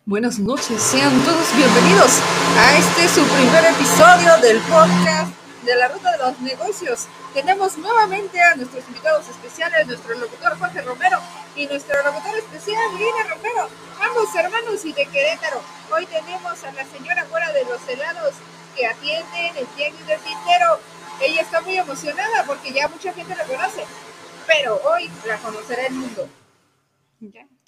Buenas noches, sean todos bienvenidos a su primer episodio del podcast de la Ruta de los Negocios. Tenemos nuevamente a nuestros invitados especiales, nuestro locutor Jorge Romero y nuestro locutor especial Lina Romero, ambos hermanos y de Querétaro. Hoy tenemos a la señora Güera de los helados que atiende el Tianguis del Tintero. Ella está muy emocionada porque ya mucha gente la conoce, pero hoy la conocerá el mundo. Ya.